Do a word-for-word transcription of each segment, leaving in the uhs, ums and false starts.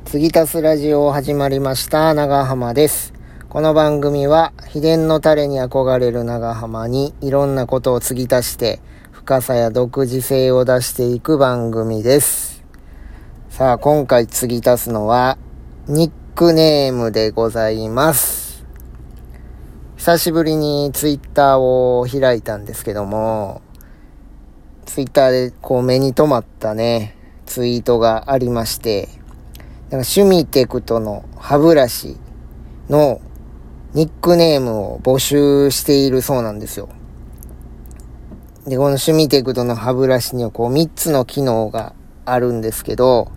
継ぎ足すラジオ始まりました。長浜です。この番組は秘伝のタレに憧れる長浜にいろんなことを継ぎ足して深さや独自性を出していく番組です。さあ、今回継ぎ足すのはニックネームでございます。久しぶりにツイッターを開いたんですけども、ツイッターでこう目に留まったねツイートがありまして、なんかシュミテクトの歯ブラシのニックネームを募集しているそうなんですよ。で、このシュミテクトの歯ブラシにはこうみっつの機能があるんですけど、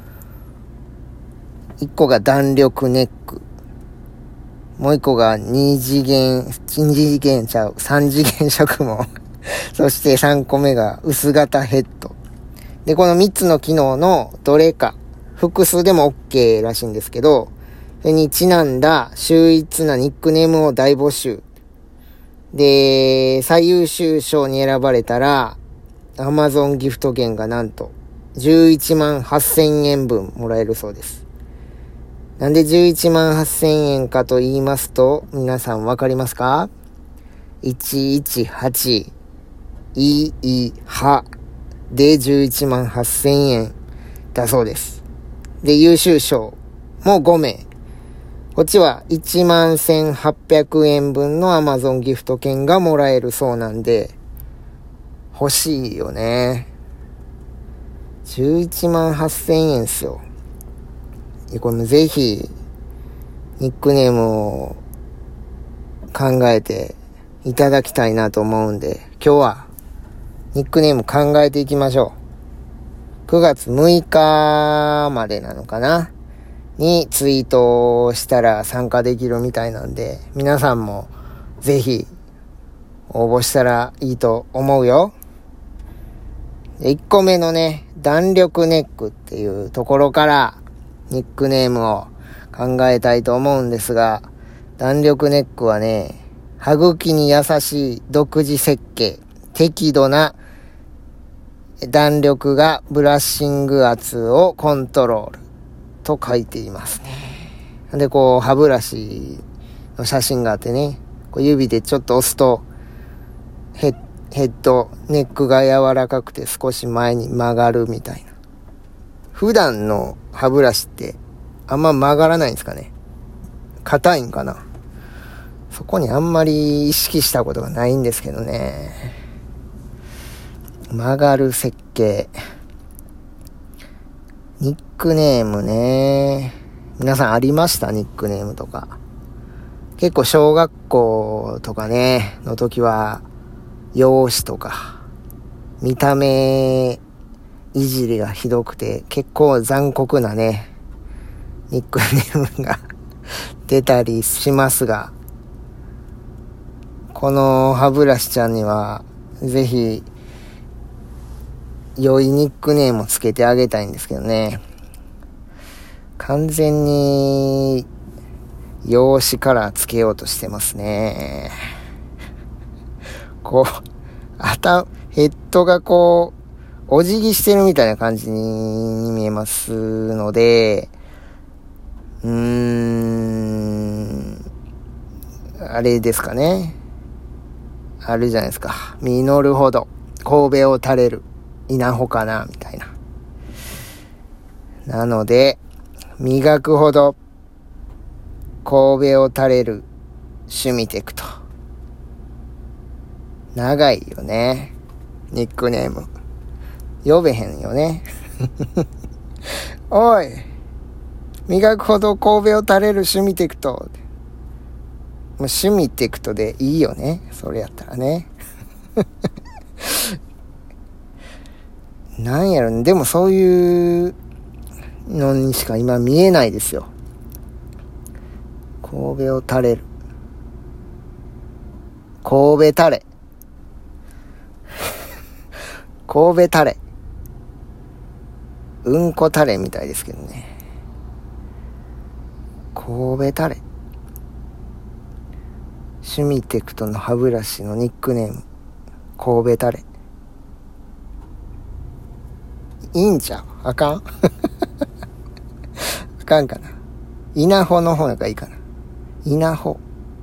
いっこが弾力ネック、もういっこがに次元、に次元ちゃう、さん次元植毛そしてさんこめが薄型ヘッドで、このみっつの機能のどれか複数でも OK らしいんですけど、それにちなんだ秀逸なニックネームを大募集で、最優秀賞に選ばれたら Amazon ギフト券がなんとじゅういちまんはっせんえんぶんもらえるそうです。なんでじゅういちまんはっせんえんかと言いますと、皆さんわかりますか？いちいちはちいいはでじゅういちまんはっせんえんだそうです。で、優秀賞もごめい。こっちはいちまんせんはっぴゃくえんぶんの Amazon ギフト券がもらえるそうなんで、欲しいよね。じゅういちまんはっせんえんっすよ。これぜひニックネームを考えていただきたいなと思うんで、今日はニックネーム考えていきましょう。くがつむいかまでなのかなにツイートしたら参加できるみたいなんで、皆さんもぜひ応募したらいいと思うよ。いっこめのね、弾力ネックっていうところからニックネームを考えたいと思うんですが、弾力ネックはね、歯茎に優しい独自設計、適度な弾力がブラッシング圧をコントロールと書いていますね。で、こう歯ブラシの写真があってね、こう指でちょっと押すとヘッ、ヘッドネックが柔らかくて少し前に曲がるみたいな。普段の歯ブラシってあんま曲がらないんですかね。硬いんかな。そこにあんまり意識したことがないんですけどね。曲がる設計。ニックネームね。皆さんありました？ニックネームとか。結構小学校とかね、の時は、容姿とか、見た目いじりがひどくて、結構残酷なね、ニックネームが出たりしますが、この歯ブラシちゃんには、ぜひ、良いニックネームをつけてあげたいんですけどね。完全に容姿からつけようとしてますね。こう頭ヘッドがこうお辞儀してるみたいな感じに見えますので、うーんあれですかね。あるじゃないですか。実るほど神戸を垂れる稲穂かなみたいな。なので磨くほど神戸を垂れるシュミテクト。長いよね、ニックネーム。呼べへんよねおい、磨くほど神戸を垂れるシュミテクト。もうシュミテクトでいいよね、それやったらねなんやろね。でもそういうのにしか今見えないですよ。神戸を垂れる、神戸垂れ神戸垂れ、うんこ垂れみたいですけどね。神戸垂れ、シュミテクトの歯ブラシのニックネーム、神戸垂れ。いいんちゃう？あかんあかんかな。稲穂の方がいいかな。稲穂。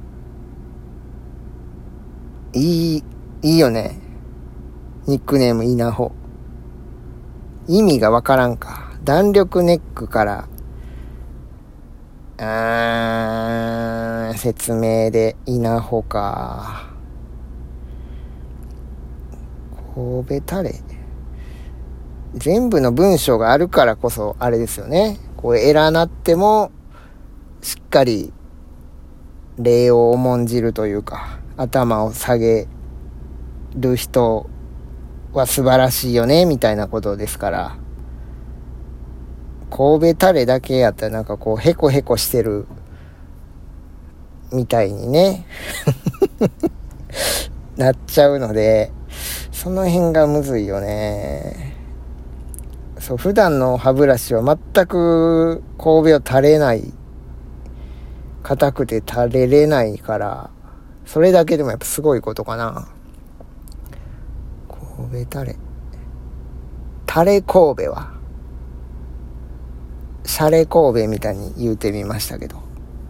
いい、いいよね。ニックネーム稲穂。意味がわからんか。弾力ネックから、あー、説明で稲穂か。神戸タレ。全部の文章があるからこそあれですよね。こうエラなってもしっかり礼を重んじるというか、頭を下げる人は素晴らしいよねみたいなことですから。神戸タレだけやったらなんかこうヘコヘコしてるみたいにねなっちゃうので、その辺がむずいよね。そう、普段の歯ブラシは全く神戸を垂れない、硬くて垂れれないから、それだけでもやっぱすごいことかな。神戸タレ、タレ神戸はシャレ神戸みたいに言うてみましたけど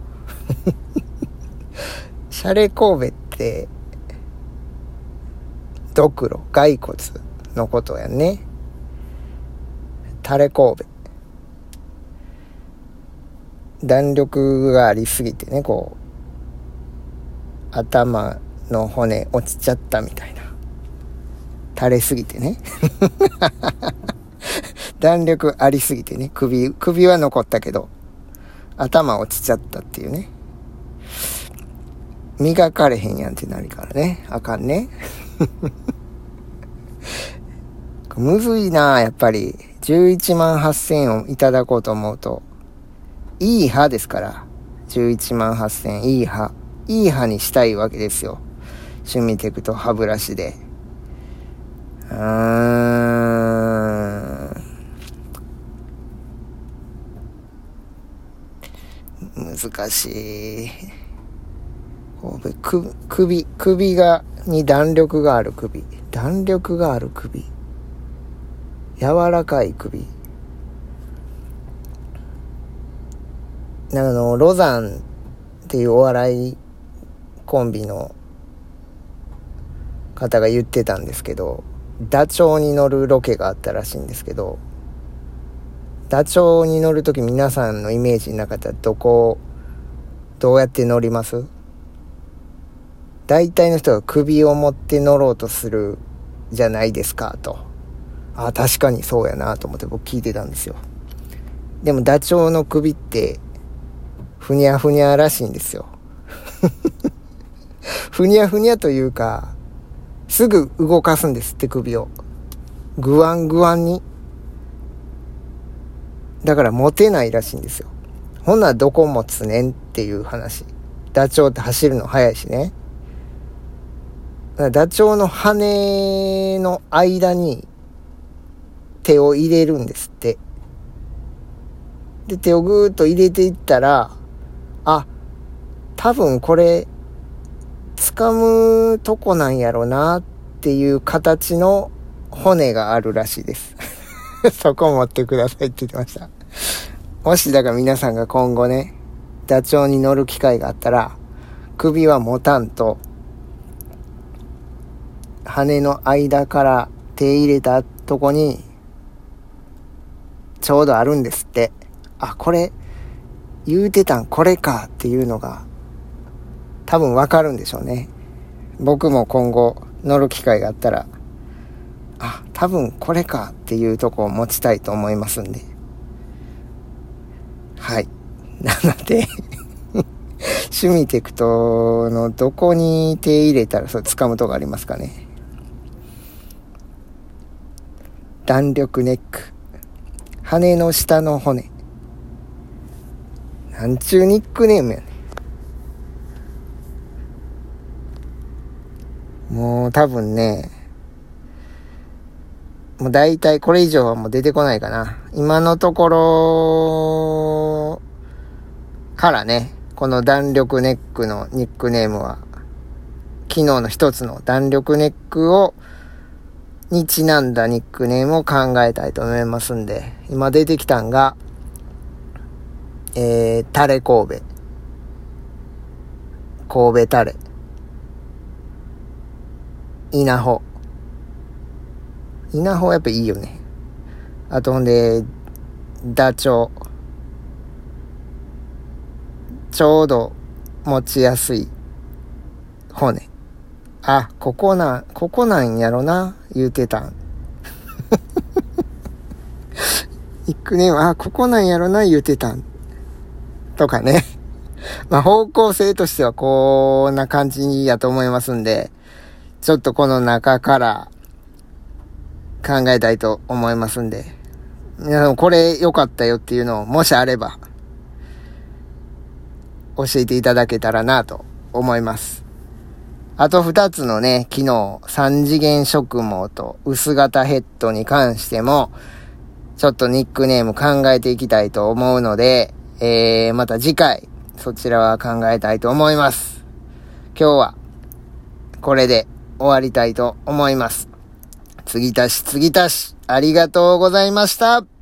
シャレ神戸ってドクロ、骸骨のことやね。タレ神戸、弾力がありすぎてね、こう頭の骨落ちちゃったみたいな、垂れすぎてね弾力ありすぎてね、首首は残ったけど頭落ちちゃったっていうね。磨かれへんやんってなるからね、あかんねむずいな。やっぱりじゅういちまんはっせんえんをいただこうと思うと、いい歯ですから、じゅういちまんはっせんえん、いい歯いい歯にしたいわけですよ。趣味テクと歯ブラシで。うーん、難しい。首、首、首が、に弾力がある首。弾力がある首。柔らかい首。あの、ロザンっていうお笑いコンビの方が言ってたんですけど、ダチョウに乗るロケがあったらしいんですけど、ダチョウに乗るとき皆さんのイメージの中ではどこ、どうやって乗ります？大体の人が首を持って乗ろうとするじゃないですかと。あ、確かにそうやなと思って僕聞いてたんですよ。でもダチョウの首ってふにゃふにゃらしいんですよふにゃふにゃというか、すぐ動かすんですって首を。グワングワンに。だから持てないらしいんですよ。ほんならどこ持つねんっていう話。ダチョウって走るの速いしね。ダチョウの羽の間に手を入れるんですって。で、手をぐーっと入れていったら、あ、多分これ掴むとこなんやろなっていう形の骨があるらしいですそこ持ってくださいって言ってました。もしだから皆さんが今後ね、ダチョウに乗る機会があったら、首は持たんと、羽の間から手入れたとこにちょうどあるんですって。あ、これ言うてたんこれかっていうのが多分わかるんでしょうね。僕も今後乗る機会があったら、あ、多分これかっていうとこを持ちたいと思いますんで。はい。なので趣味テクトのどこに手入れたらそれ掴むとこありますかね。弾力ネック、羽の下の骨。なんちゅうニックネームやねん。もう多分ね、もう大体これ以上はもう出てこないかな。今のところからね、この弾力ネックのニックネームは、昨日の一つの弾力ネックをにちなんだニックネームを考えたいと思いますんで、今出てきたんが、 えー、タレ神戸。神戸タレ。稲穂。稲穂やっぱいいよね。あとほんで、ダチョウ。ちょうど持ちやすい骨。あ、ここなん、ここなんやろな、言うてたん。ニックネーム、あ、ここなんやろな、言うてたん。とかね。まあ方向性としてはこんな感じやと思いますんで、ちょっとこの中から考えたいと思いますんで、皆さんこれ良かったよっていうのをもしあれば教えていただけたらなと思います。あとふたつのね、機能、三次元植毛と薄型ヘッドに関しても、ちょっとニックネーム考えていきたいと思うので、えー、また次回、そちらは考えたいと思います。今日は、これで終わりたいと思います。継ぎ足し継ぎ足し、ありがとうございました。